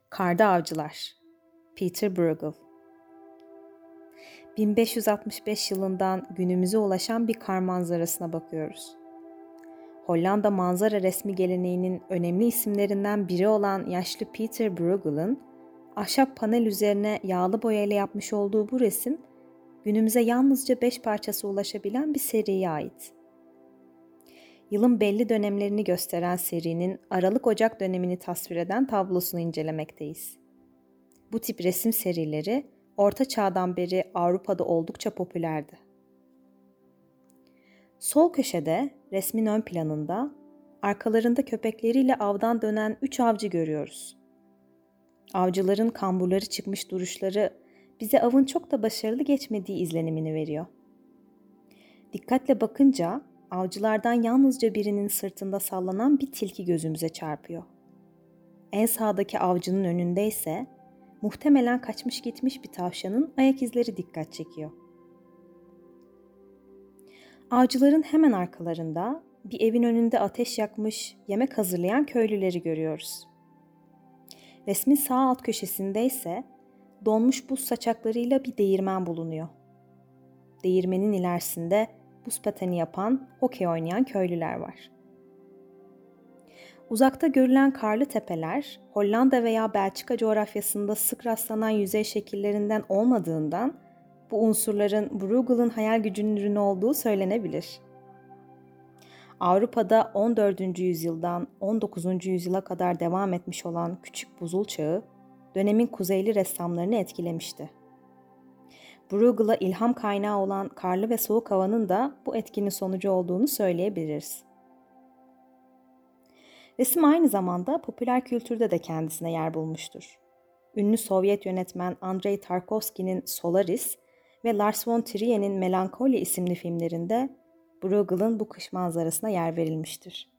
Karda Avcılar, Peter Bruegel. 1565 yılından günümüze ulaşan bir kar manzarasına bakıyoruz. Hollanda manzara resmi geleneğinin önemli isimlerinden biri olan yaşlı Peter Bruegel'ın ahşap panel üzerine yağlı boyayla yapmış olduğu bu resim, günümüze yalnızca 5 parçası ulaşabilen bir seriye ait. Yılın belli dönemlerini gösteren serinin Aralık-Ocak dönemini tasvir eden tablosunu incelemekteyiz. Bu tip resim serileri Orta Çağ'dan beri Avrupa'da oldukça popülerdi. Sol köşede resmin ön planında arkalarında köpekleriyle avdan dönen 3 avcı görüyoruz. Avcıların kamburları çıkmış duruşları bize avın çok da başarılı geçmediği izlenimini veriyor. Dikkatle bakınca avcılardan yalnızca birinin sırtında sallanan bir tilki gözümüze çarpıyor. En sağdaki avcının önünde ise muhtemelen kaçmış gitmiş bir tavşanın ayak izleri dikkat çekiyor. Avcıların hemen arkalarında bir evin önünde ateş yakmış, yemek hazırlayan köylüleri görüyoruz. Resmin sağ alt köşesinde ise donmuş buz saçaklarıyla bir değirmen bulunuyor. Değirmenin ilerisinde buz pateni yapan, hokey oynayan köylüler var. Uzakta görülen karlı tepeler, Hollanda veya Belçika coğrafyasında sık rastlanan yüzey şekillerinden olmadığından bu unsurların Bruegel'ın hayal gücünün ürünü olduğu söylenebilir. Avrupa'da 14. yüzyıldan 19. yüzyıla kadar devam etmiş olan Küçük Buzul Çağı, dönemin kuzeyli ressamlarını etkilemişti. Bruegel'a ilham kaynağı olan karlı ve soğuk havanın da bu etkinin sonucu olduğunu söyleyebiliriz. Resim aynı zamanda popüler kültürde de kendisine yer bulmuştur. Ünlü Sovyet yönetmen Andrei Tarkovski'nin Solaris ve Lars von Trier'in Melancholia isimli filmlerinde Bruegel'ın bu kış manzarasına yer verilmiştir.